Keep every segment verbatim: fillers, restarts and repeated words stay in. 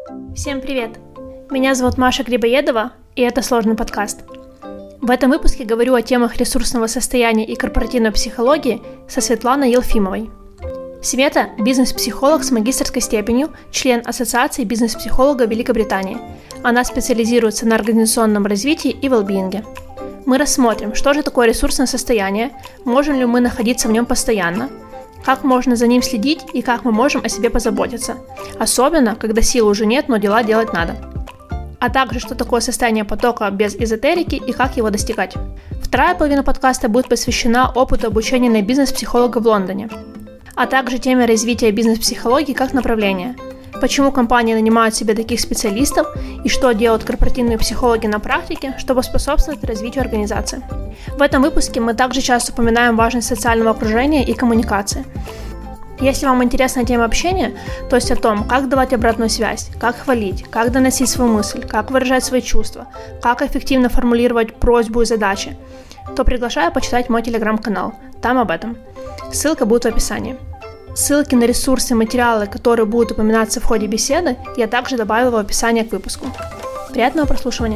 Всем привет! Меня зовут Маша Грибоедова, и это «Сложный подкаст». В этом выпуске говорю о темах ресурсного состояния и корпоративной психологии со Светланой Елфимовой. Света – бизнес-психолог с магистерской степенью, член Ассоциации бизнес-психологов Великобритании. Она специализируется на организационном развитии и велбиинге. Мы рассмотрим, что же такое ресурсное состояние, можем ли мы находиться в нем постоянно, как можно за ним следить и как мы можем о себе позаботиться, особенно, когда сил уже нет, но дела делать надо. А также, что такое состояние потока без эзотерики и как его достигать. Вторая половина подкаста будет посвящена опыту обучения на бизнес-психолога в Лондоне, а также теме развития бизнес-психологии как направления, почему компании нанимают себе таких специалистов и что делают корпоративные психологи на практике, чтобы способствовать развитию организации. В этом выпуске мы также часто упоминаем важность социального окружения и коммуникации. Если вам интересна тема общения, то есть о том, как давать обратную связь, как хвалить, как доносить свою мысль, как выражать свои чувства, как эффективно формулировать просьбу и задачи, то приглашаю почитать мой телеграм-канал, там об этом. Ссылка будет в описании. Ссылки на ресурсы и материалы, которые будут упоминаться в ходе беседы, я также добавила в описание к выпуску. Приятного прослушивания.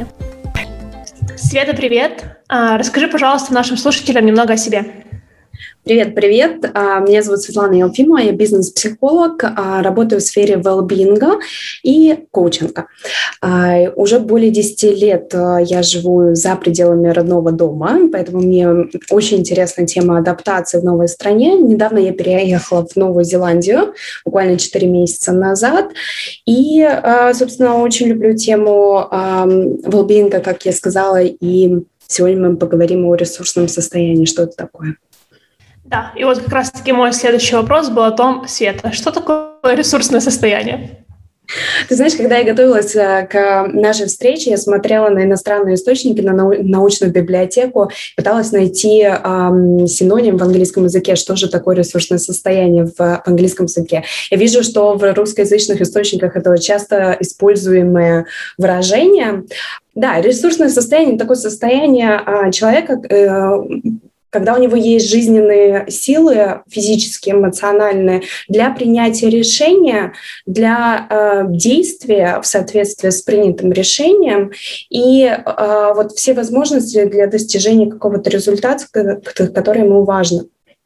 Света, привет! Расскажи, пожалуйста, нашим слушателям немного о себе. Привет-привет! Меня зовут Светлана Елфимова, я бизнес-психолог, работаю в сфере велбиинга и коучинга. Уже более десяти лет я живу за пределами родного дома, поэтому мне очень интересна тема адаптации в новой стране. Недавно я переехала в Новую Зеландию, буквально четыре месяца назад, и, собственно, очень люблю тему велбиинга, как я сказала, и сегодня мы поговорим о ресурсном состоянии, что это такое. Да, и вот как раз-таки мой следующий вопрос был о том, Света, что такое ресурсное состояние? Ты знаешь, когда я готовилась к нашей встрече, я смотрела на иностранные источники, на нау- научную библиотеку, пыталась найти эм, синоним в английском языке, что же такое ресурсное состояние в, в английском языке. Я вижу, что в русскоязычных источниках это часто используемое выражение. Да, ресурсное состояние – такое состояние э, человека, э, когда у него есть жизненные силы, физические, эмоциональные, для принятия решения, для э, действия в соответствии с принятым решением и э, вот все возможности для достижения какого-то результата, который ему важно.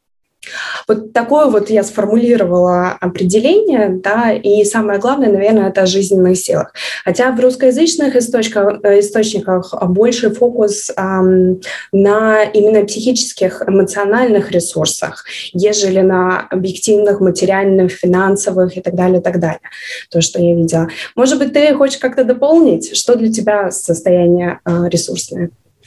Вот такое вот я сформулировала определение, да, и самое главное, наверное, это о жизненных силах. Хотя в русскоязычных источниках, источниках больше фокус эм, на именно психических, эмоциональных ресурсах, ежели на объективных, материальных, финансовых и так далее, и так далее. То, что я видела. Может быть, ты хочешь как-то дополнить, что для тебя состояние э, ресурсное?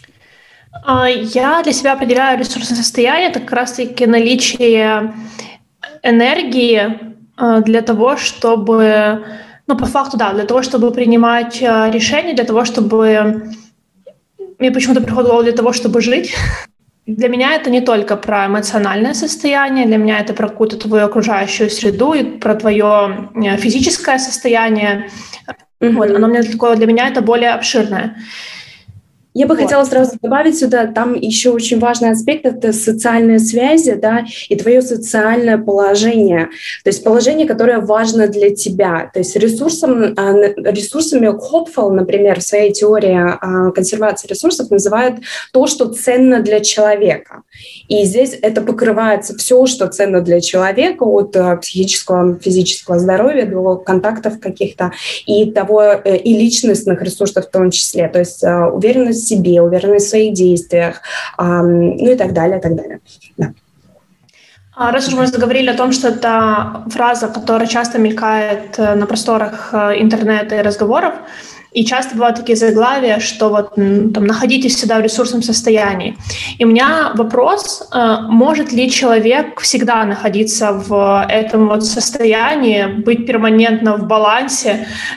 Я для себя определяю ресурсное состояние, это как раз-таки наличие энергии для того, чтобы, ну, по факту, да, для того, чтобы принимать решения, для того, чтобы, мне почему-то приходит в голову, для того, чтобы жить. Для меня это не только про эмоциональное состояние, для меня это про какую-то твою окружающую среду и про твое физическое состояние. Mm-hmm. Вот, оно мне такое, для меня это более обширное. Я бы вот. хотела сразу добавить сюда, там еще очень важный аспект – это социальные связи, да, и твое социальное положение, то есть положение, которое важно для тебя. То есть ресурсом, ресурсами Хопфелл, например, в своей теории консервации ресурсов называет то, что ценно для человека. И здесь это покрывается все, что ценно для человека, от психического, физического здоровья до контактов каких-то и того, и личностных ресурсов в том числе, то есть уверенность в себе, уверенность в своих действиях, ну и так далее, и так далее. Да. Раз уж мы заговорили о том, что это фраза, которая часто мелькает на просторах интернета и разговоров, и часто бывают такие заглавия, что вот там находитесь всегда в ресурсном состоянии. И у меня вопрос, может ли человек всегда находиться в этом вот состоянии, быть перманентно в балансе?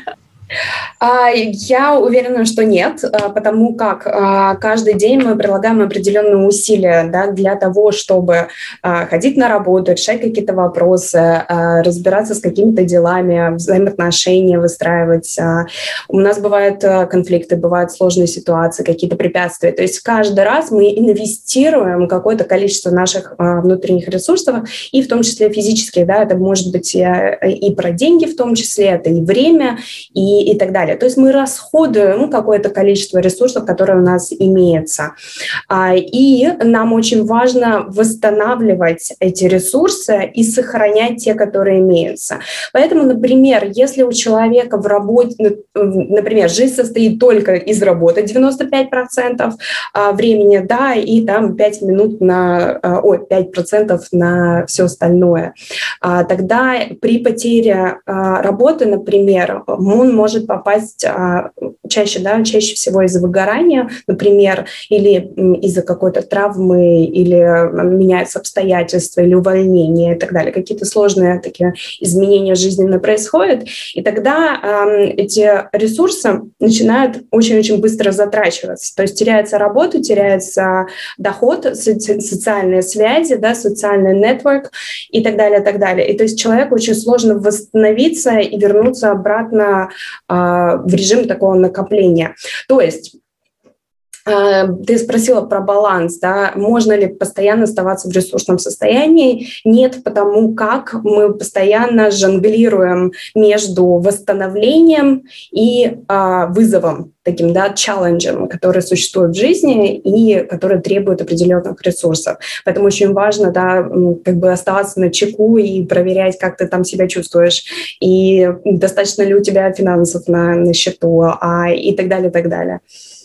Я уверена, что нет, потому как каждый день мы прилагаем определенные усилия, да, для того, чтобы ходить на работу, решать какие-то вопросы, разбираться с какими-то делами, взаимоотношения выстраивать. У нас бывают конфликты, бывают сложные ситуации, какие-то препятствия. То есть каждый раз мы инвестируем какое-то количество наших внутренних ресурсов, и в том числе физических, да, это может быть и про деньги в том числе, это и время, и, и так далее. То есть мы расходуем какое-то количество ресурсов, которые у нас имеется. И нам очень важно восстанавливать эти ресурсы и сохранять те, которые имеются. Поэтому, например, если у человека в работе, например, жизнь состоит только из работы девяносто пять процентов времени, да, и там пять минут на, ой, пять процентов на все остальное, тогда при потере работы, например, он может попасть а, чаще, да, чаще всего из-за выгорания, например, или из-за какой-то травмы, или меняются обстоятельства, или увольнение и так далее. Какие-то сложные такие изменения жизненные происходят, и тогда э, эти ресурсы начинают очень-очень быстро затрачиваться. То есть теряется работа, теряется доход, соци- социальные связи, да, социальный нетворк и так далее, и так далее. И то есть человеку очень сложно восстановиться и вернуться обратно в режим такого накопления. То есть ты спросила про баланс, да, можно ли постоянно оставаться в ресурсном состоянии? Нет, потому как мы постоянно жонглируем между восстановлением и а, вызовом, таким, да, челленджем, который существует в жизни и который требует определенных ресурсов. Поэтому очень важно, да, как бы оставаться на чеку и проверять, как ты там себя чувствуешь, и достаточно ли у тебя финансов на, на счету, а, и так далее, и так далее.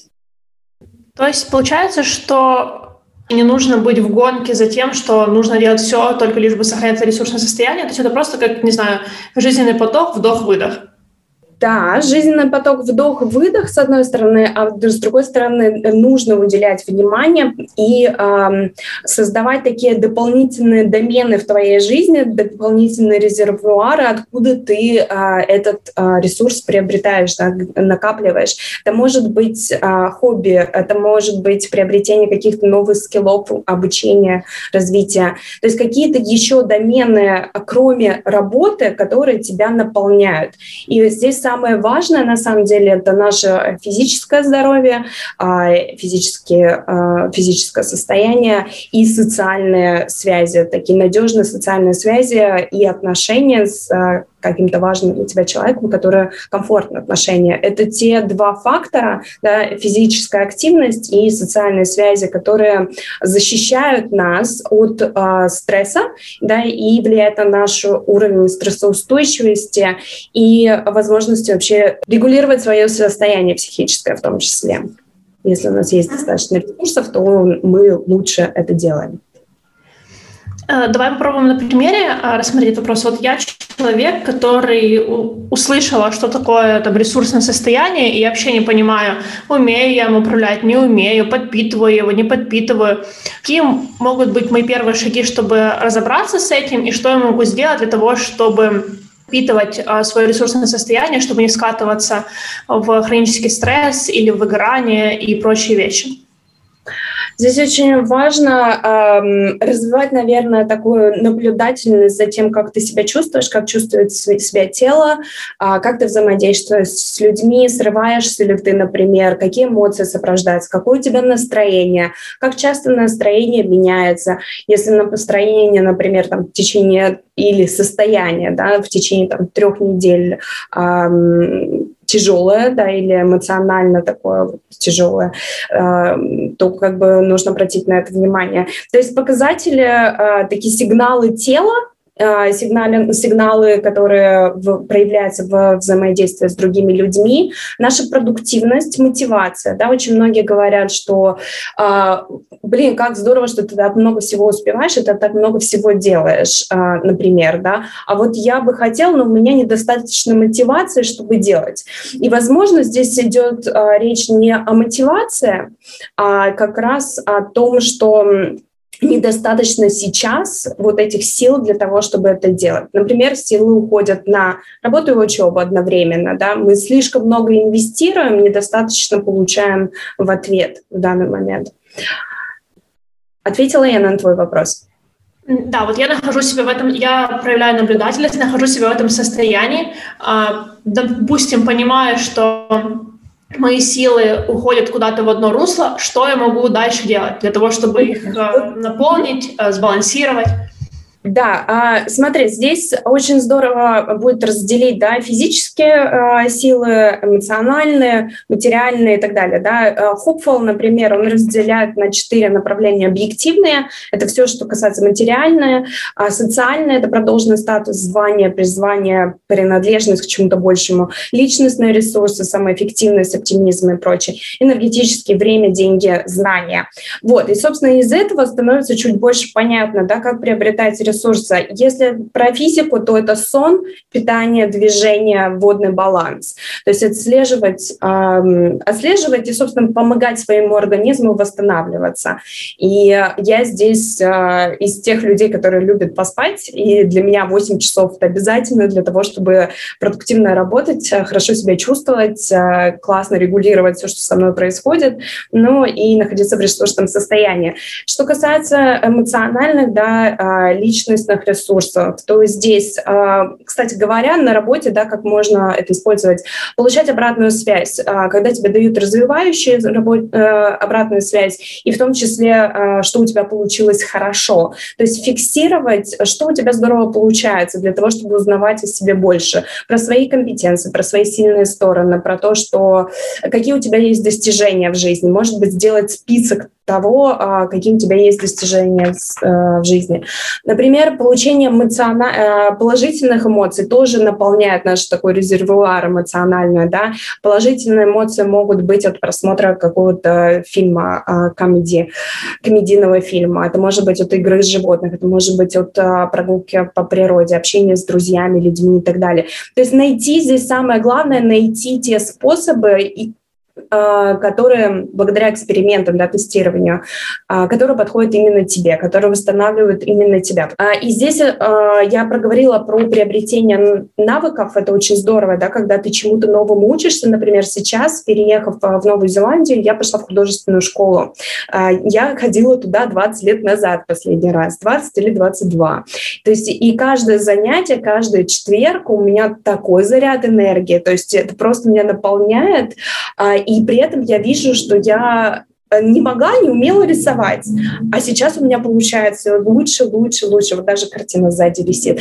То есть получается, что не нужно быть в гонке за тем, что нужно делать все, только лишь бы сохранять ресурсное состояние. То есть это просто как, не знаю, жизненный поток, вдох-выдох. Да, жизненный поток вдох-выдох, с одной стороны, а с другой стороны, нужно уделять внимание и э, создавать такие дополнительные домены в твоей жизни, дополнительные резервуары, откуда ты э, этот э, ресурс приобретаешь, да, накапливаешь. Это может быть э, хобби, это может быть приобретение каких-то новых скиллов, обучения, развития. То есть какие-то еще домены, кроме работы, которые тебя наполняют. И здесь самое важное, на самом деле, это наше физическое здоровье, физические, физическое состояние и социальные связи, такие надежные социальные связи и отношения с каким-то важным для тебя человеком, который комфортные отношения. Это те два фактора, да, физическая активность и социальные связи, которые защищают нас от э, стресса, да, и влияют на наш уровень стрессоустойчивости и возможности вообще регулировать свое состояние психическое в том числе. Если у нас есть достаточно ресурсов, то мы лучше это делаем. Давай попробуем на примере рассмотреть этот вопрос. Вот я человек, который услышала, что такое там ресурсное состояние, и я вообще не понимаю, умею я им управлять, не умею, подпитываю его, не подпитываю. Какие могут быть мои первые шаги, чтобы разобраться с этим, и что я могу сделать для того, чтобы впитывать а, свое ресурсное состояние, чтобы не скатываться в хронический стресс или в выгорание и прочие вещи? Здесь очень важно э, развивать, наверное, такую наблюдательность за тем, как ты себя чувствуешь, как чувствует себя тело, э, как ты взаимодействуешь с людьми, срываешься ли ты, например, какие эмоции сопровождаются, какое у тебя настроение, как часто настроение меняется. Если настроение, например, там, в течение или состояние, да, в течение там, трех недель э, тяжелое, да, или эмоционально такое вот тяжелое, э, то как бы нужно обратить на это внимание. То есть показатели, э, такие сигналы тела, э, сигналы, сигналы, которые в, проявляются в взаимодействии с другими людьми, наша продуктивность, мотивация. Да, очень многие говорят, что э, блин, как здорово, что ты так много всего успеваешь, и ты так много всего делаешь, э, например, да, а вот я бы хотела, но у меня недостаточно мотивации, чтобы делать. И, возможно, здесь идет э, речь не о мотивации, а как раз о том, что недостаточно сейчас вот этих сил для того, чтобы это делать. Например, силы уходят на работу и учебу одновременно. Да? Мы слишком много инвестируем, недостаточно получаем в ответ в данный момент. Ответила я на твой вопрос? Да, вот я нахожу себя в этом, я проявляю наблюдательность, нахожу себя в этом состоянии. Допустим, понимаю, что мои силы уходят куда-то в одно русло, что я могу дальше делать для того, чтобы их наполнить, сбалансировать? Да, а, смотри, здесь очень здорово будет разделить, да, физические а, силы, эмоциональные, материальные и так далее. Да. Хопфелл, например, он разделяет на четыре направления: объективные, это все, что касается материальное, а социальное, это продолженный статус, звание, призвание, принадлежность к чему-то большему, личностные ресурсы, самоэффективность, оптимизм и прочее, энергетические, время, деньги, знания. Вот, и, собственно, из этого становится чуть больше понятно, да, как приобретать ресурсы. Ресурса. Если про физику, то это сон, питание, движение, водный баланс. То есть отслеживать, э, отслеживать и, собственно, помогать своему организму восстанавливаться. И я здесь э, из тех людей, которые любят поспать, и для меня восемь часов это обязательно для того, чтобы продуктивно работать, хорошо себя чувствовать, э, классно регулировать все, что со мной происходит, ну и находиться в ресурсном состоянии. Что касается эмоциональных, да, э, личных личностных ресурсов, то здесь, кстати говоря, на работе, да, как можно это использовать, получать обратную связь, когда тебе дают развивающую обратную связь, и в том числе, что у тебя получилось хорошо. То есть фиксировать, что у тебя здорово получается, для того, чтобы узнавать о себе больше, про свои компетенции, про свои сильные стороны, про то, что какие у тебя есть достижения в жизни. Может быть, сделать список того, какие у тебя есть достижения в жизни. Например, получение эмоциона... положительных эмоций тоже наполняет наш такой резервуар эмоциональный. Да? Положительные эмоции могут быть от просмотра какого-то фильма, комедии, комедийного фильма. Это может быть от игры с животных, это может быть от прогулки по природе, общения с друзьями, людьми и так далее. То есть найти здесь самое главное, найти те способы, и которые благодаря экспериментам, да, тестированию, которые подходят именно тебе, которые восстанавливают именно тебя. И здесь я проговорила про приобретение навыков. Это очень здорово, да, когда ты чему-то новому учишься. Например, сейчас, переехав в Новую Зеландию, я пошла в художественную школу. Я ходила туда двадцать лет назад последний раз, двадцать или двадцать два. То есть и каждое занятие, каждый четверг у меня такой заряд энергии. То есть это просто меня наполняет. И при этом я вижу, что я не могла, не умела рисовать, а сейчас у меня получается лучше, лучше, лучше. Вот даже картина сзади висит.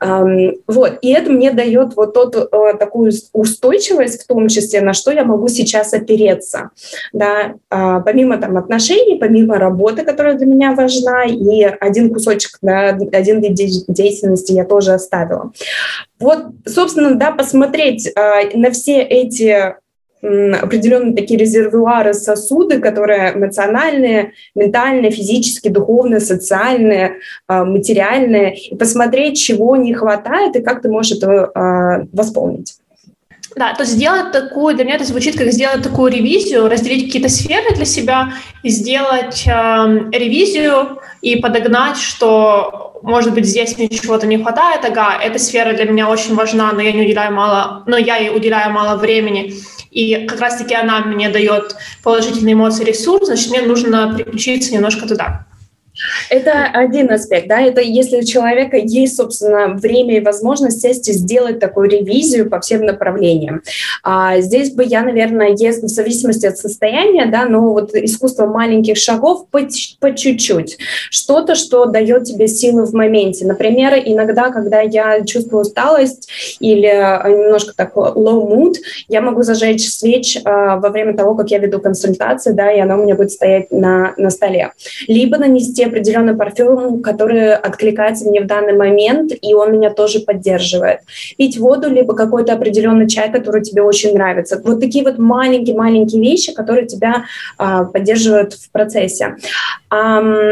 Вот. И это мне дает вот тот, такую устойчивость, в том числе, на что я могу сейчас опереться. Да? Помимо там, отношений, помимо работы, которая для меня важна, и один кусочек, да, один вид деятельности я тоже оставила. Вот, собственно, да, посмотреть на все эти определенные такие резервуары, сосуды, которые эмоциональные, ментальные, физические, духовные, социальные, материальные, и посмотреть, чего не хватает и как ты можешь это восполнить. Да, то есть сделать такую, для меня это звучит как сделать такую ревизию, разделить какие-то сферы для себя и сделать э, ревизию и подогнать, что, может быть, здесь мне чего-то не хватает, ага, эта сфера для меня очень важна, но я не уделяю мало, но я ей уделяю мало времени, и как раз-таки она мне дает положительные эмоции, ресурс, значит, мне нужно переключиться немножко туда. Это один аспект, да, это если у человека есть, собственно, время и возможность сесть и сделать такую ревизию по всем направлениям. А здесь бы я, наверное, если в зависимости от состояния, да, но вот искусство маленьких шагов по, по чуть-чуть. Что-то, что дает тебе силы в моменте. Например, иногда, когда я чувствую усталость или немножко так low mood, я могу зажечь свеч а, во время того, как я веду консультации, да, и она у меня будет стоять на, на столе. Либо нанести определенный парфюм, который откликается мне в данный момент, и он меня тоже поддерживает. Пить воду, либо какой-то определенный чай, который тебе очень нравится. Вот такие вот маленькие-маленькие вещи, которые тебя а, поддерживают в процессе. А,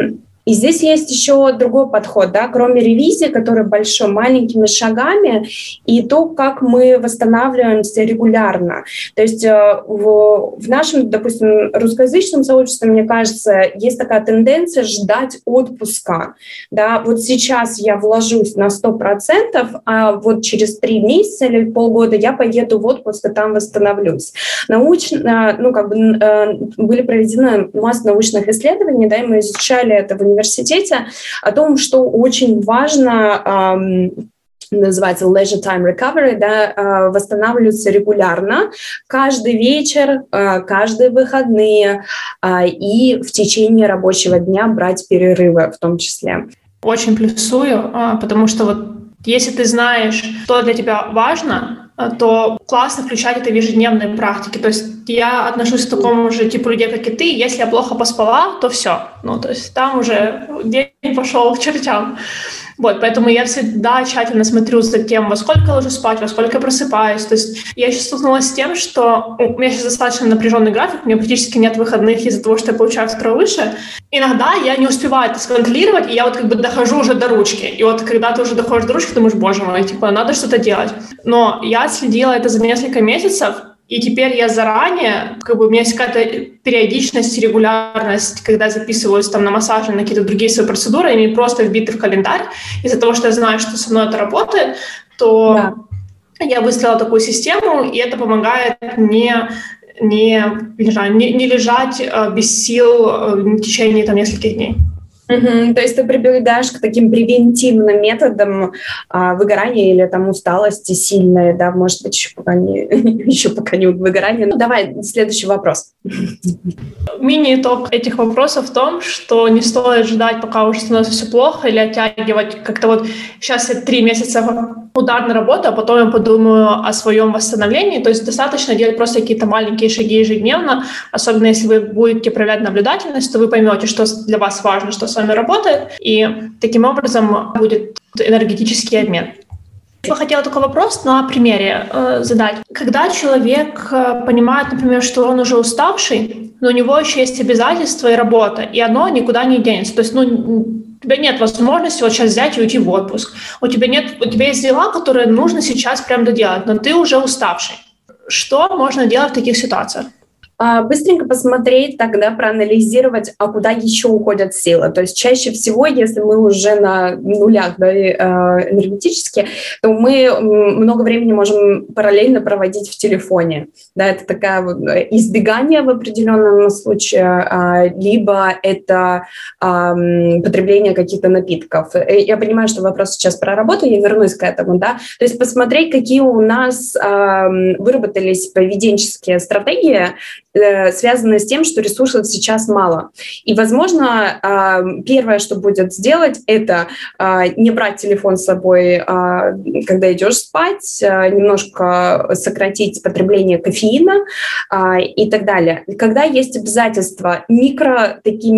И здесь есть еще другой подход, да, кроме ревизии, который большой, маленькими шагами, и то, как мы восстанавливаемся регулярно. То есть в, в нашем, допустим, русскоязычном сообществе, мне кажется, есть такая тенденция ждать отпуска. Да, вот сейчас я вложусь на сто процентов, а вот через три месяца или полгода я поеду в отпуск, и там восстановлюсь. Научно, ну, как бы были проведены масса научных исследований, да, и мы изучали это в университете, о том, что очень важно, эм, называется leisure time recovery, да, э, восстанавливаться регулярно, каждый вечер, э, каждые выходные э, и в течение рабочего дня брать перерывы в том числе. Очень плюсую, потому что вот если ты знаешь, что для тебя важно, то классно включать это в ежедневные практики. То есть я отношусь к такому же типу людей, как и ты. Если я плохо поспала, то все. Ну, то есть там уже день пошел к чертям. Вот, поэтому я всегда тщательно смотрю за тем, во сколько я ложусь спать, во сколько я просыпаюсь. То есть я сейчас столкнулась с тем, что у меня сейчас достаточно напряженный график, у меня практически нет выходных из-за того, что я получаю второе выше. Иногда я не успеваю это сконтролировать, и я вот как бы дохожу уже до ручки. И вот когда ты уже доходишь до ручки, думаешь, боже мой, типа, надо что-то делать. Но я следила это за несколько месяцев, и теперь я заранее, как бы у меня есть какая-то периодичность, регулярность, когда я записываюсь там на массаж, на какие-то другие свои процедуры, они просто вбиты в календарь. Из-за того, что я знаю, что со мной это работает, то да. Я выстроила такую систему, и это помогает не, не, не, не лежать без сил в течение там, нескольких дней. Угу. То есть ты прибегаешь к таким превентивным методам а, выгорания или там усталости сильной, да, может быть, еще пока не, еще пока не выгорание. Ну, давай, следующий вопрос. Мини-итог этих вопросов в том, что не стоит ждать, пока уже становится все плохо, или оттягивать как-то вот сейчас я три месяца ударной работы, а потом я подумаю о своем восстановлении. То есть достаточно делать просто какие-то маленькие шаги ежедневно, особенно если вы будете проявлять наблюдательность, то вы поймете, что для вас важно, что с вами работает, и таким образом будет энергетический обмен. Я хотела такой вопрос на примере э, задать. Когда человек э, понимает, например, что он уже уставший, но у него еще есть обязательства и работа, и оно никуда не денется. То есть, ну, у тебя нет возможности вот сейчас взять и уйти в отпуск. У тебя нет, у тебя есть дела, которые нужно сейчас прям доделать, но ты уже уставший. Что можно делать в таких ситуациях? Быстренько посмотреть, тогда проанализировать, а куда еще уходят силы. То есть чаще всего, если мы уже на нулях, да, энергетически, то мы много времени можем параллельно проводить в телефоне. Да, это такая вот избегание в определенном случае, либо это потребление каких-то напитков. Я понимаю, что вопрос сейчас про работу, я вернусь к этому. Да? То есть посмотреть, какие у нас выработались поведенческие стратегии, связано с тем, что ресурсов сейчас мало. И, возможно, первое, что будет сделать, это не брать телефон с собой, когда идешь спать, немножко сократить потребление кофеина и так далее. Когда есть обязательства, микро, такие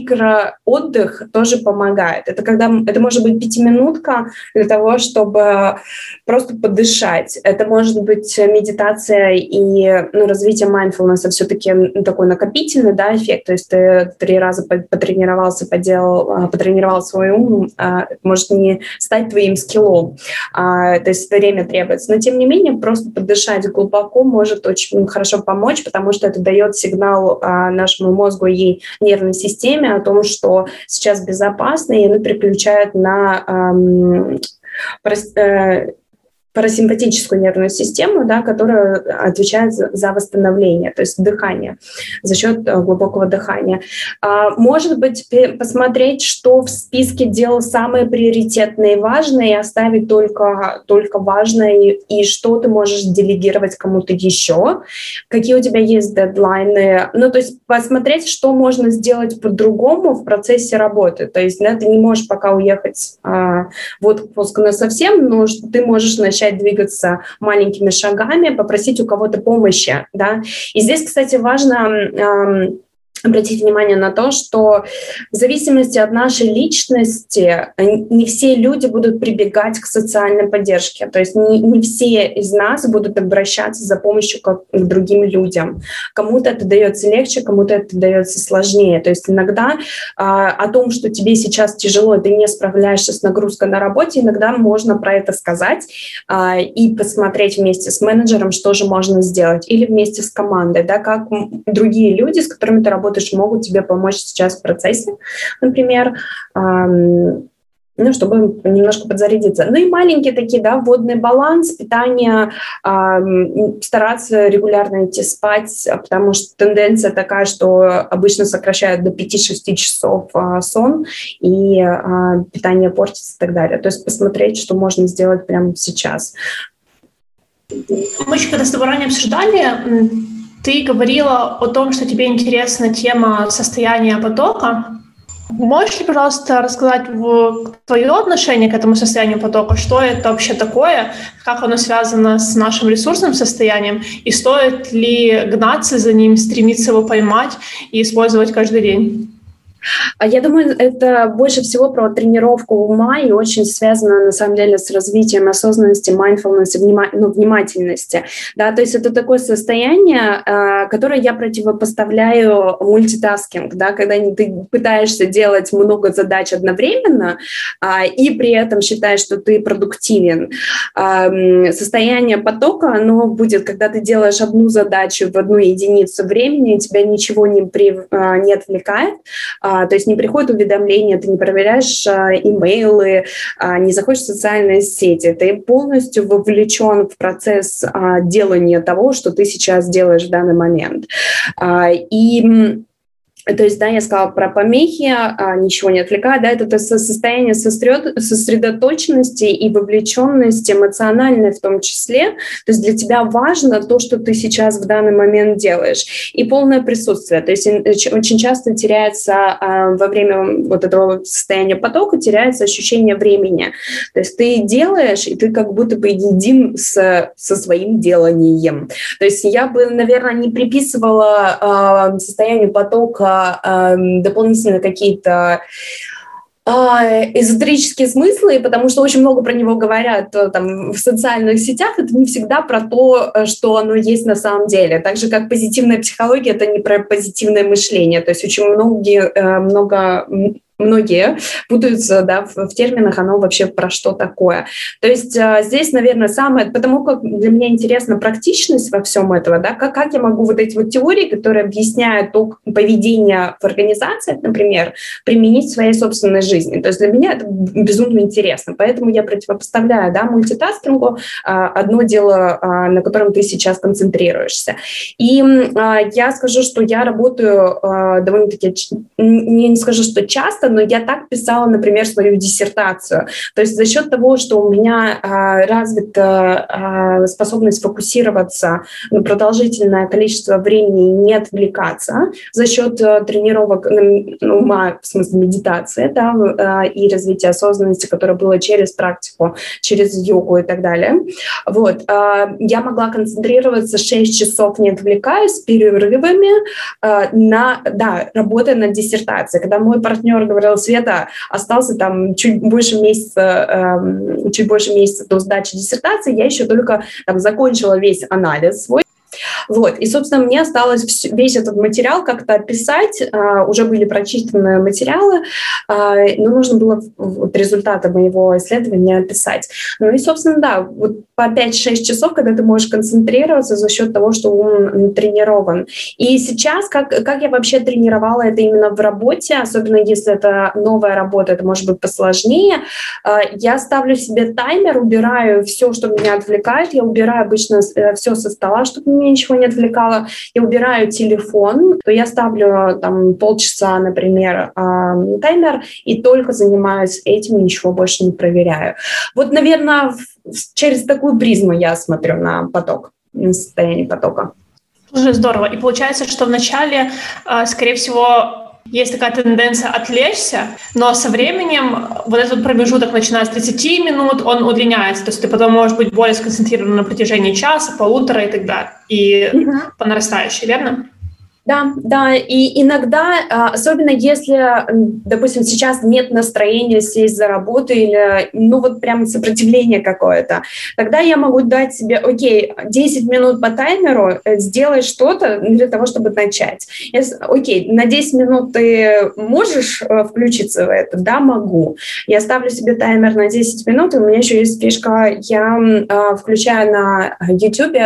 микроотдых тоже помогает. Это когда это может быть пятиминутка для того, чтобы просто подышать. Это может быть медитация и ну, развитие mindfulness, все-таки такой накопительный, да, эффект, то есть ты три раза потренировался, поделал, потренировал свой ум, может не стать твоим скиллом, то есть время требуется, но тем не менее просто подышать глубоко может очень хорошо помочь, потому что это дает сигнал нашему мозгу и нервной системе о том, что сейчас безопасно, и оно переключает на парасимпатическую нервную систему, да, которая отвечает за, за восстановление, то есть дыхание, за счет глубокого дыхания. А, может быть, посмотреть, что в списке дел самые приоритетные и важные, и оставить только, только важное, и, и что ты можешь делегировать кому-то еще, какие у тебя есть дедлайны. Ну, то есть посмотреть, что можно сделать по-другому в процессе работы. То есть да, ты не можешь пока уехать а, в отпуск насовсем, но ты можешь начать двигаться маленькими шагами, попросить у кого-то помощи, да. И здесь, кстати, важно э, обратить внимание на то, что в зависимости от нашей личности не все люди будут прибегать к социальной поддержке. То есть не, не все из нас будут обращаться за помощью к, к другим людям. Кому-то это дается легче, кому-то это дается сложнее. То есть иногда а, о том, что тебе сейчас тяжело, ты не справляешься с нагрузкой на работе, иногда можно про это сказать а, и посмотреть вместе с менеджером, что же можно сделать, или вместе с командой, да, как другие люди, с которыми ты работаешь, могут тебе помочь сейчас в процессе, например, эм, ну, чтобы немножко подзарядиться. Ну и маленькие такие, да, водный баланс, питание, эм, стараться регулярно идти спать, потому что тенденция такая, что обычно сокращают до пяти-шести часов э, сон, и э, питание портится и так далее. То есть посмотреть, что можно сделать прямо сейчас. Мы еще когда с тобой ранее обсуждали, ты говорила о том, что тебе интересна тема состояния потока. Можешь ли, пожалуйста, рассказать твое отношение к этому состоянию потока? Что это вообще такое? Как оно связано с нашим ресурсным состоянием? И стоит ли гнаться за ним, стремиться его поймать и использовать каждый день? Я думаю, это больше всего про тренировку ума и очень связано, на самом деле, с развитием осознанности, mindfulness, внима- ну, внимательности. Да, то есть это такое состояние, э, которое я противопоставляю мультитаскинг, да, когда ты пытаешься делать много задач одновременно э, и при этом считаешь, что ты продуктивен. Э, состояние потока, оно будет, когда ты делаешь одну задачу в одну единицу времени, тебя ничего не, при, э, не отвлекает, А, то есть не приходят уведомления, ты не проверяешь а, имейлы, а, не заходишь в социальные сети, ты полностью вовлечен в процесс а, делания того, что ты сейчас делаешь в данный момент. А, и То есть, да, я сказала про помехи, а, ничего не отвлекает, да, это состояние сосредоточенности и вовлеченности эмоциональной в том числе. То есть для тебя важно то, что ты сейчас в данный момент делаешь, и полное присутствие. То есть очень часто теряется а, во время вот этого состояния потока, теряется ощущение времени. То есть ты делаешь, и ты как будто бы един с, со своим деланием. То есть я бы, наверное, не приписывала а, состоянию потока дополнительно какие-то эзотерические смыслы, потому что очень много про него говорят там, в социальных сетях. Это не всегда про то, что оно есть на самом деле. Так же, как позитивная психология, это не про позитивное мышление. То есть очень многие, много... Многие путаются, да, в, в терминах, оно вообще про что такое. То есть а, здесь, наверное, самое, потому как для меня интересна практичность во всем этого, да, как, как я могу вот эти вот теории, которые объясняют то поведение в организациях, например, применить в своей собственной жизни. То есть для меня это безумно интересно, поэтому я противопоставляю, да, мультитаскингу а, одно дело, а, на котором ты сейчас концентрируешься. И а, я скажу, что я работаю а, довольно-таки, не, не скажу, что часто, но я так писала, например, свою диссертацию. То есть за счет того, что у меня а, развита а, способность фокусироваться на продолжительное количество времени и не отвлекаться, за счет а, тренировок ну, ума, в смысле медитации, да, а, и развития осознанности, которое было через практику, через йогу и так далее. Вот. А, я могла концентрироваться шесть часов, не отвлекаясь, с перерывами, а, на, да, работая над диссертацией. Когда мой партнер говорил: Света, остался там чуть больше месяца, э, чуть больше месяца до сдачи диссертации, я еще только там закончила весь анализ свой. Вот. И, собственно, мне осталось весь этот материал как-то описать. Uh, уже были прочитаны материалы, uh, но нужно было вот, результаты моего исследования описать. Ну и, собственно, да, вот по пять-шесть часов, когда ты можешь концентрироваться за счет того, что ум тренирован. И сейчас, как, как я вообще тренировала это именно в работе, особенно если это новая работа, это может быть посложнее, uh, я ставлю себе таймер, убираю все, что меня отвлекает, я убираю обычно все со стола, чтобы меня ничего не отвлекало, я убираю телефон, то я ставлю там полчаса, например, э, таймер, и только занимаюсь этим, ничего больше не проверяю. Вот, наверное, через такую призму я смотрю на поток, на состояние потока. Уже здорово. И получается, что вначале, э, скорее всего, есть такая тенденция отвлечься, но со временем вот этот промежуток, начиная с тридцати минут, он удлиняется. То есть ты потом можешь быть более сконцентрирован на протяжении часа, полутора и так далее. И uh-huh. по нарастающей, верно? Да, да, и иногда, особенно если, допустим, сейчас нет настроения сесть за работу или, ну, вот прям сопротивление какое-то, тогда я могу дать себе, окей, десять минут по таймеру, сделай что-то для того, чтобы начать. Если, окей, на десять минут ты можешь включиться в это? Да, могу. Я ставлю себе таймер на десять минут, и у меня еще есть фишка, я включаю на YouTube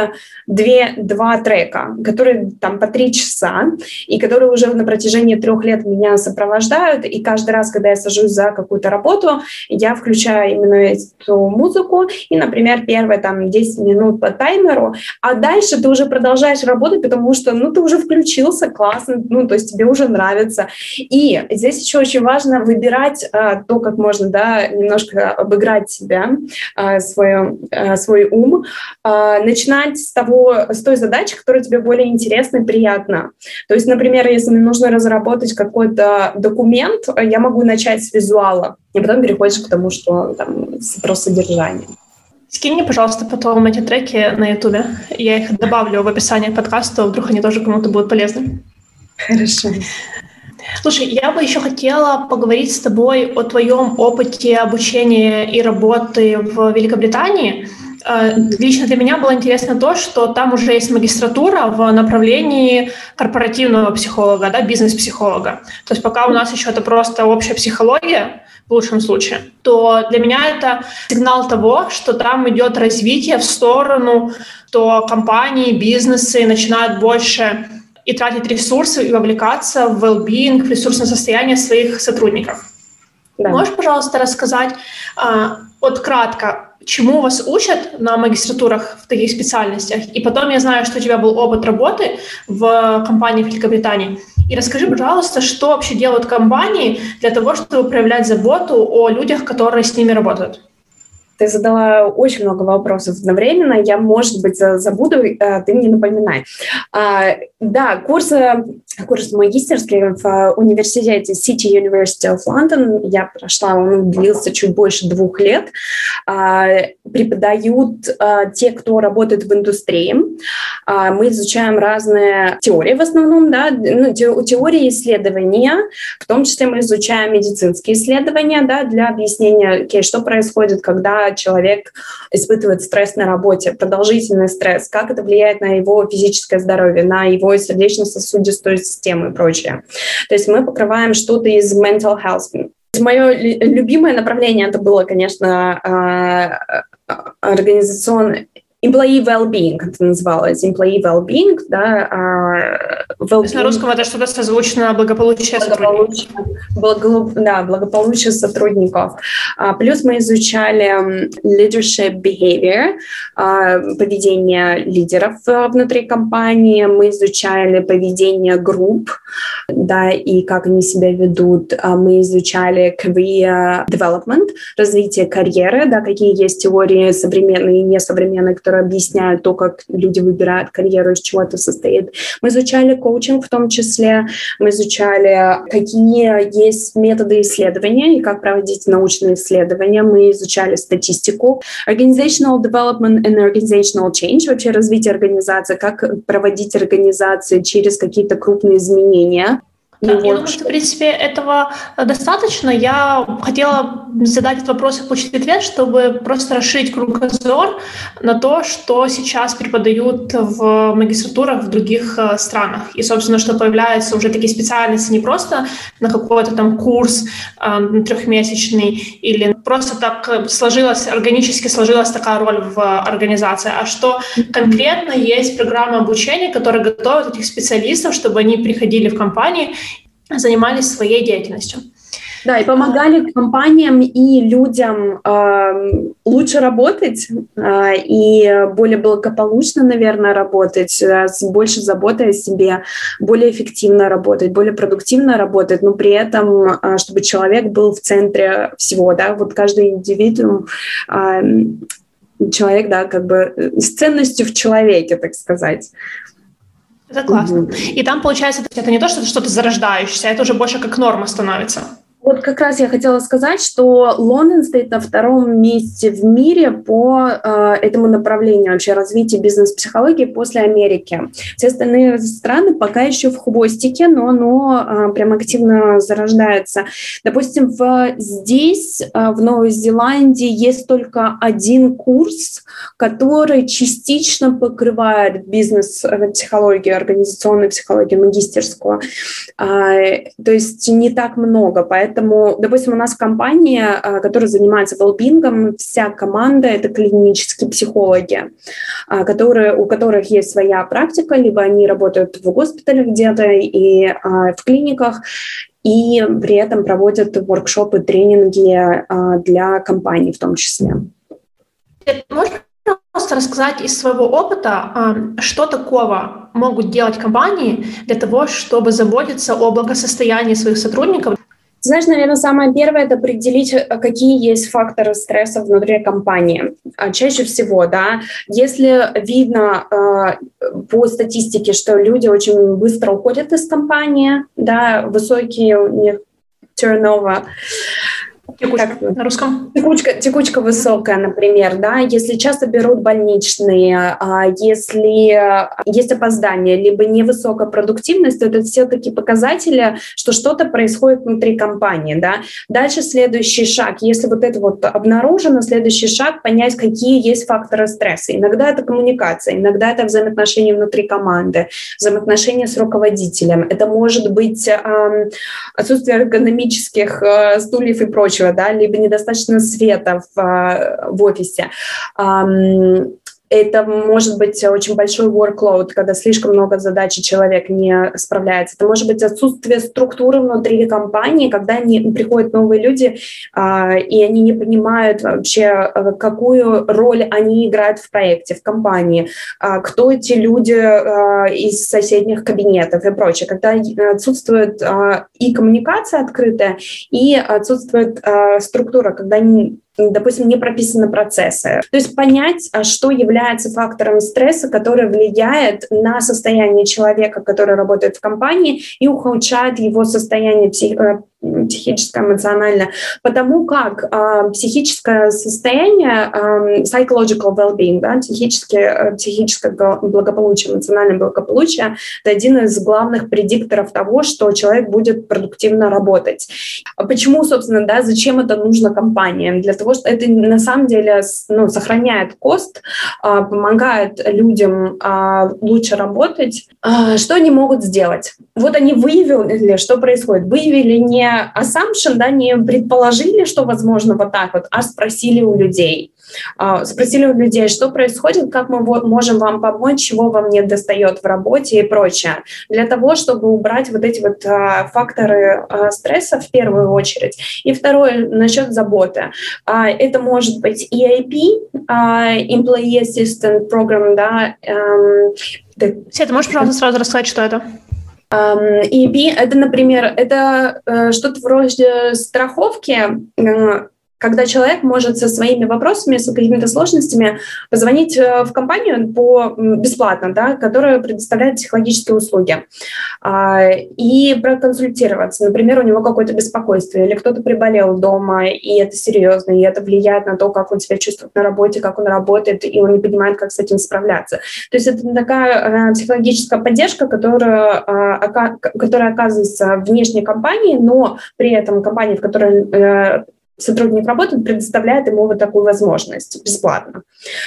два трека, которые там по три часа, и которые уже на протяжении трех лет меня сопровождают, и каждый раз, когда я сажусь за какую-то работу, я включаю именно эту музыку, и, например, первые там десять минут по таймеру, а дальше ты уже продолжаешь работать, потому что, ну, ты уже включился, классно, ну, то есть тебе уже нравится. И здесь еще очень важно выбирать а, то, как можно, да, немножко обыграть себя, а, свой, а, свой ум, а, начинать с того, с той задачи, которая тебе более интересна и приятна. То есть, например, если мне нужно разработать какой-то документ, я могу начать с визуала, и потом переходишь к тому, что там про содержание. Скинь мне, пожалуйста, потом эти треки на Ютубе. Я их добавлю в описание к подкасту, вдруг они тоже кому-то будут полезны. Хорошо. Слушай, я бы еще хотела поговорить с тобой о твоем опыте обучения и работы в Великобритании. Лично для меня было интересно то, что там уже есть магистратура в направлении корпоративного психолога, да, бизнес-психолога. То есть пока у нас еще это просто общая психология, в лучшем случае, то для меня это сигнал того, что там идет развитие в сторону, что компании, бизнесы начинают больше и тратить ресурсы, и вовлекаться в well-being, в ресурсное состояние своих сотрудников. Да. Можешь, пожалуйста, рассказать а, вот кратко, чему вас учат на магистратурах в таких специальностях? И потом я знаю, что у тебя был опыт работы в компании в Великобритании. И расскажи, пожалуйста, что вообще делают компании для того, чтобы проявлять заботу о людях, которые с ними работают? Ты задала очень много вопросов одновременно. Я, может быть, забуду, ты мне напоминай. А, да, курс, курс магистерский в университете City University of London я прошла, он длился чуть больше двух лет. А, преподают а, те, кто работает в индустрии. А, мы изучаем разные теории в основном, да, ну, те, теории исследования, в том числе мы изучаем медицинские исследования, да, для объяснения, okay, что происходит, когда человек испытывает стресс на работе, продолжительный стресс, как это влияет на его физическое здоровье, на его сердечно-сосудистую систему и прочее. То есть мы покрываем что-то из mental health. Мое любимое направление это было, конечно, организационное employee well-being, это называлось, employee well-being, да. Uh, well-being. То есть на русском это что-то созвучно благополучие сотрудников. Благо, да, благополучие сотрудников. Uh, плюс мы изучали leadership behavior, uh, поведение лидеров внутри компании, мы изучали поведение групп, да, и как они себя ведут. Uh, мы изучали career development, развитие карьеры, да, какие есть теории современные и несовременные, которые объясняют то, как люди выбирают карьеру, из чего это состоит. Мы изучали коучинг в том числе, мы изучали, какие есть методы исследования и как проводить научные исследования, мы изучали статистику, organizational development and organizational change, вообще развитие организации, как проводить организацию через какие-то крупные изменения. Да, я думаю, что, в принципе, этого достаточно. Я хотела задать этот вопрос и получить ответ, чтобы просто расширить кругозор на то, что сейчас преподают в магистратурах в других странах. И, собственно, что появляются уже такие специальности не просто на какой-то там курс э, трехмесячный или просто так сложилась, органически сложилась такая роль в организации, а что конкретно есть программы обучения, которые готовят этих специалистов, чтобы они приходили в компании, занимались своей деятельностью. Да, и помогали компаниям и людям э, лучше работать э, и более благополучно, наверное, работать, э, с большей заботой о себе, более эффективно работать, более продуктивно работать, но при этом, э, чтобы человек был в центре всего, да, вот каждый индивидуум, э, человек, да, как бы с ценностью в человеке, так сказать. Это классно. Mm-hmm. И там, получается, это не то, что это что-то зарождающееся, это уже больше как норма становится. Вот как раз я хотела сказать, что Лондон стоит на втором месте в мире по э, этому направлению вообще развития бизнес-психологии после Америки. Все остальные страны пока еще в хвостике, но оно э, прям активно зарождается. Допустим, в, здесь, э, в Новой Зеландии, есть только один курс, который частично покрывает бизнес-психологию, организационную психологию, магистерскую. Э, то есть не так много, поэтому Поэтому, допустим, у нас компания, которая занимается велбингом, вся команда — это клинические психологи, которые, у которых есть своя практика, либо они работают в госпиталях где-то и в клиниках, и при этом проводят воркшопы, тренинги для компаний в том числе. Можно просто рассказать из своего опыта, что такого могут делать компании для того, чтобы заботиться о благосостоянии своих сотрудников? Знаешь, наверное, самое первое — это определить, какие есть факторы стресса внутри компании. Чаще всего, да, если видно э, по статистике, что люди очень быстро уходят из компании, да, высокие у них turnover, Текучка как, на русском. Текучка, текучка высокая, например, да, если часто берут больничные, если есть опоздание, либо невысокая продуктивность, то это все такие показатели, что что-то происходит внутри компании, да. Дальше следующий шаг, если вот это вот обнаружено, следующий шаг — понять, какие есть факторы стресса. Иногда это коммуникация, иногда это взаимоотношения внутри команды, взаимоотношения с руководителем, это может быть э, отсутствие эргономических э, стульев и прочего, да, либо недостаточно света в, в офисе. Это может быть очень большой workload, когда слишком много задач, и человек не справляется. Это может быть отсутствие структуры внутри компании, когда не, приходят новые люди, э, и они не понимают вообще, какую роль они играют в проекте, в компании, э, кто эти люди э, из соседних кабинетов и прочее. Когда отсутствует э, и коммуникация открытая, и отсутствует э, структура, когда не допустим, не прописаны процессы. То есть понять, что является фактором стресса, который влияет на состояние человека, который работает в компании, и ухудшает его состояние псих... психическое, эмоциональное. Потому как э, психическое состояние, э, psychological well-being, да, психическое, психическое благополучие, эмоциональное благополучие — это один из главных предикторов того, что человек будет продуктивно работать. Почему, собственно, да, зачем это нужно компаниям? Для того, что это на самом деле, ну, сохраняет кост, э, помогает людям э, лучше работать. Э, что они могут сделать? Вот они выявили, что происходит. Выявили не assumption, да, не предположили, что возможно вот так вот, а спросили у людей. Uh, спросили у людей, что происходит, как мы можем вам помочь, чего вам не достает в работе и прочее. Для того, чтобы убрать вот эти вот uh, факторы uh, стресса в первую очередь. И второе, насчет заботы. Uh, это может быть и эй пи, uh, Employee Assistance Program, да. Um, Света, можешь, пожалуйста, сразу рассказать, что это? Um, и эй пи — это, например, это uh, что-то вроде страховки, uh, когда человек может со своими вопросами, с какими-то сложностями позвонить в компанию по, бесплатно, да, которая предоставляет психологические услуги, и проконсультироваться. Например, у него какое-то беспокойство, или кто-то приболел дома, и это серьезно, и это влияет на то, как он себя чувствует на работе, как он работает, и он не понимает, как с этим справляться. То есть это такая психологическая поддержка, которая, которая оказывается внешней компании, но при этом компания, в которой сотрудник работает, предоставляет ему вот такую возможность бесплатно.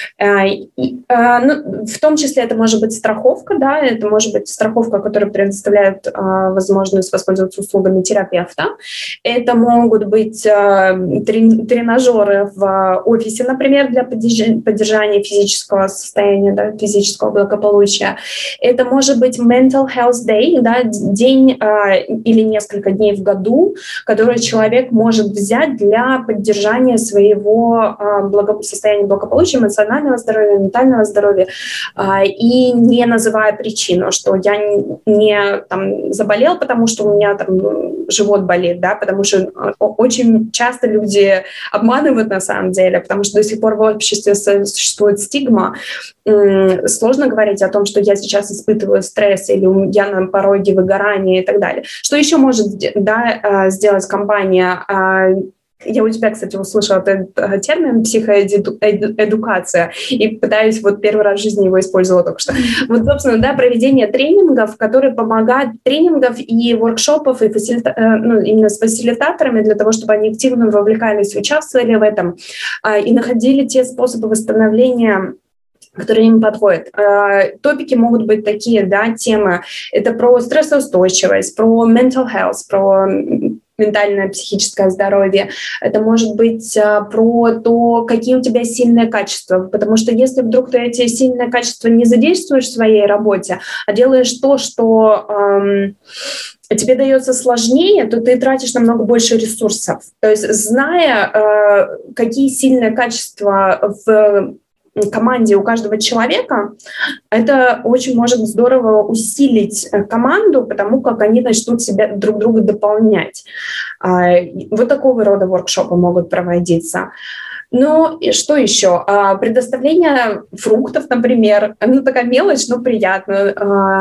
Ну, в том числе это может быть страховка, да, это может быть страховка, которая предоставляет возможность воспользоваться услугами терапевта. Это могут быть тренажеры в офисе, например, для поддержания физического состояния, да, физического благополучия. Это может быть mental health day, да, день или несколько дней в году, который человек может взять для для поддержания своего благо... состояния благополучия, эмоционального здоровья, ментального здоровья, и не называя причину, что я не там, заболел, потому что у меня там живот болит, да, потому что очень часто люди обманывают на самом деле, потому что до сих пор в обществе существует стигма. Сложно говорить о том, что я сейчас испытываю стресс или я на пороге выгорания и так далее. Что еще может, да, сделать компания? Я у тебя, кстати, услышала этот термин психоэдукация и пытаюсь вот первый раз в жизни его использовала только что. Вот, собственно, да, проведение тренингов, которые помогают, тренингов и воркшопов, и фасилита... ну, именно с фасилитаторами для того, чтобы они активно вовлекались, участвовали в этом и находили те способы восстановления, которые им подходят. Топики могут быть такие, да, темы. Это про стрессоустойчивость, про mental health, про ментальное, психическое здоровье. Это может быть а, про то, какие у тебя сильные качества. Потому что если вдруг ты эти сильные качества не задействуешь в своей работе, а делаешь то, что эм, тебе дается сложнее, то ты тратишь намного больше ресурсов. То есть, зная, э, какие сильные качества в команде у каждого человека, это очень может здорово усилить команду, потому как они начнут себя друг друга дополнять. Вот такого рода воркшопы могут проводиться. Ну, и что еще? Предоставление фруктов, например. Ну, такая мелочь, но приятно.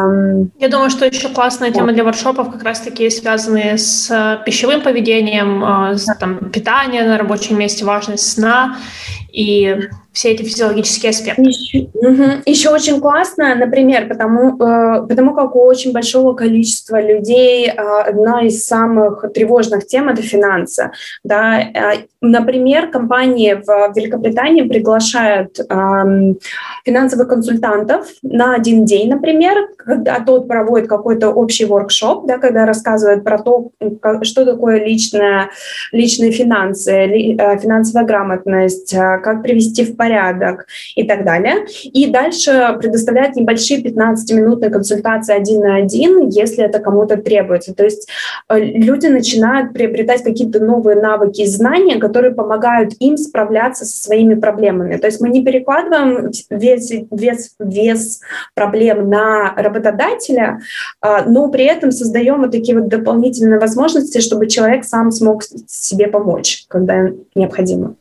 Я думаю, что еще классная тема для воркшопов как раз-таки связанные с пищевым поведением, с там, питанием на рабочем месте, важность сна и все эти физиологические аспекты. Еще, угу. Еще очень классно, например, потому, э, потому как у очень большого количества людей э, одна из самых тревожных тем – это финансы. Да? Э, например, компании в Великобритании приглашают э, финансовых консультантов на один день, например, когда тот проводит какой-то общий воркшоп, да, когда рассказывает про то, как, что такое личное, личные финансы, ли, э, финансовая грамотность, э, как привести в порядок и так далее. И дальше предоставляют небольшие пятнадцатиминутные консультации один на один, если это кому-то требуется. То есть люди начинают приобретать какие-то новые навыки и знания, которые помогают им справляться со своими проблемами. То есть мы не перекладываем весь, весь, вес проблем на работодателя, но при этом создаем вот такие вот дополнительные возможности, чтобы человек сам смог себе помочь, когда необходимо.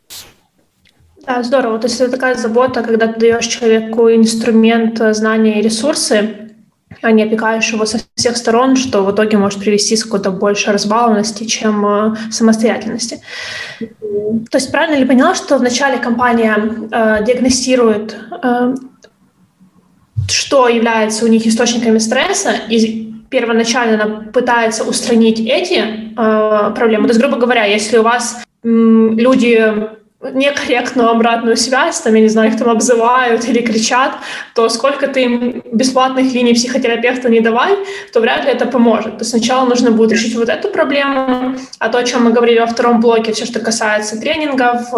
Да, здорово. То есть это такая забота, когда ты даешь человеку инструмент, знания и ресурсы, а не опекаешь его со всех сторон, что в итоге может привести к какой-то большей разбалованности, чем самостоятельности. Mm-hmm. То есть правильно ли поняла, что вначале компания э, диагностирует, э, что является у них источниками стресса, и первоначально она пытается устранить эти э, проблемы? То есть, грубо говоря, если у вас э, люди некорректную обратную связь, там, я не знаю, их там обзывают или кричат, то сколько ты им бесплатных линий психотерапевта не давай, то вряд ли это поможет. То сначала нужно будет решить вот эту проблему, а то, о чем мы говорили во втором блоке, все, что касается тренингов,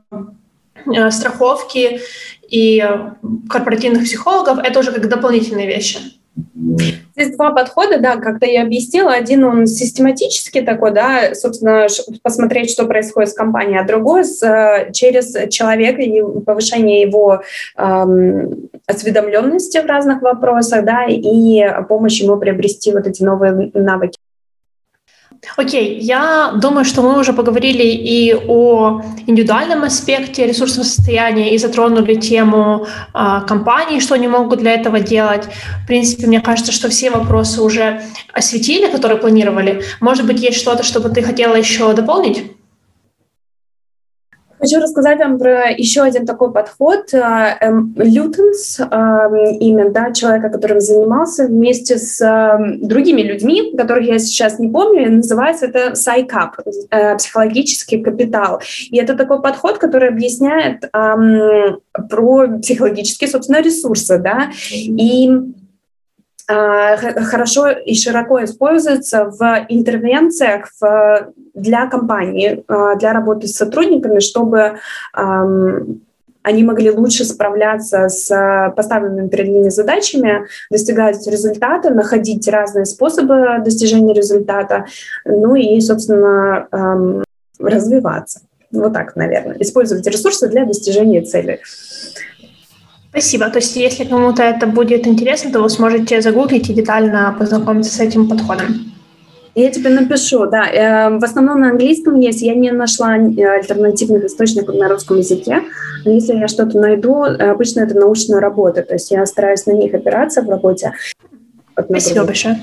страховки и корпоративных психологов, это уже как дополнительные вещи. Здесь два подхода, да, как-то я объяснила. Один, он систематический такой, да, собственно, посмотреть, что происходит с компанией, а другой с, через человека и повышение его эм, осведомленности в разных вопросах, да, и помощь ему приобрести вот эти новые навыки. Окей, okay. Я думаю, что мы уже поговорили и о индивидуальном аспекте ресурсного состояния и затронули тему э, компаний, что они могут для этого делать. В принципе, мне кажется, что все вопросы уже осветили, которые планировали. Может быть, есть что-то, что бы ты хотела еще дополнить? Хочу рассказать вам про еще один такой подход. Лютенс, имя, да, человека, которым занимался вместе с другими людьми, которых я сейчас не помню, называется это psycap, психологический капитал. И это такой подход, который объясняет эм, про психологические, собственно, ресурсы, да, и хорошо и широко используется в интервенциях в, для компании, для работы с сотрудниками, чтобы эм, они могли лучше справляться с поставленными перед ними задачами, достигать результата, находить разные способы достижения результата, ну и, собственно, эм, развиваться. Вот так, наверное. Использовать ресурсы для достижения цели. Спасибо. То есть, если кому-то это будет интересно, то вы сможете загуглить и детально познакомиться с этим подходом. Я тебе напишу, да. В основном на английском есть. Я не нашла альтернативных источников на русском языке. Но если я что-то найду, обычно это научная работа. То есть я стараюсь на них опираться в работе. Спасибо большое.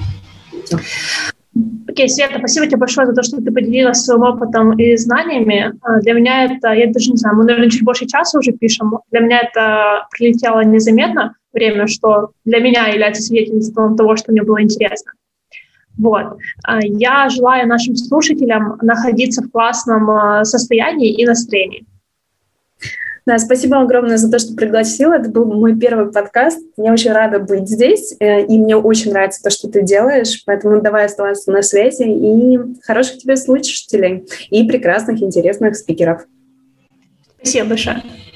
Окей, Света, спасибо тебе большое за то, что ты поделилась своим опытом и знаниями. Для меня это, я даже не знаю, мы, наверное, чуть больше часа уже пишем. Для меня это прилетело незаметно время, что для меня является свидетельством того, что мне было интересно. Вот. Я желаю нашим слушателям находиться в классном состоянии и настроении. Да, спасибо огромное за то, что пригласила. Это был мой первый подкаст. Я очень рада быть здесь, и мне очень нравится то, что ты делаешь. Поэтому давай оставаться на связи. И хороших тебе слушателей, и прекрасных, интересных спикеров. Спасибо большое.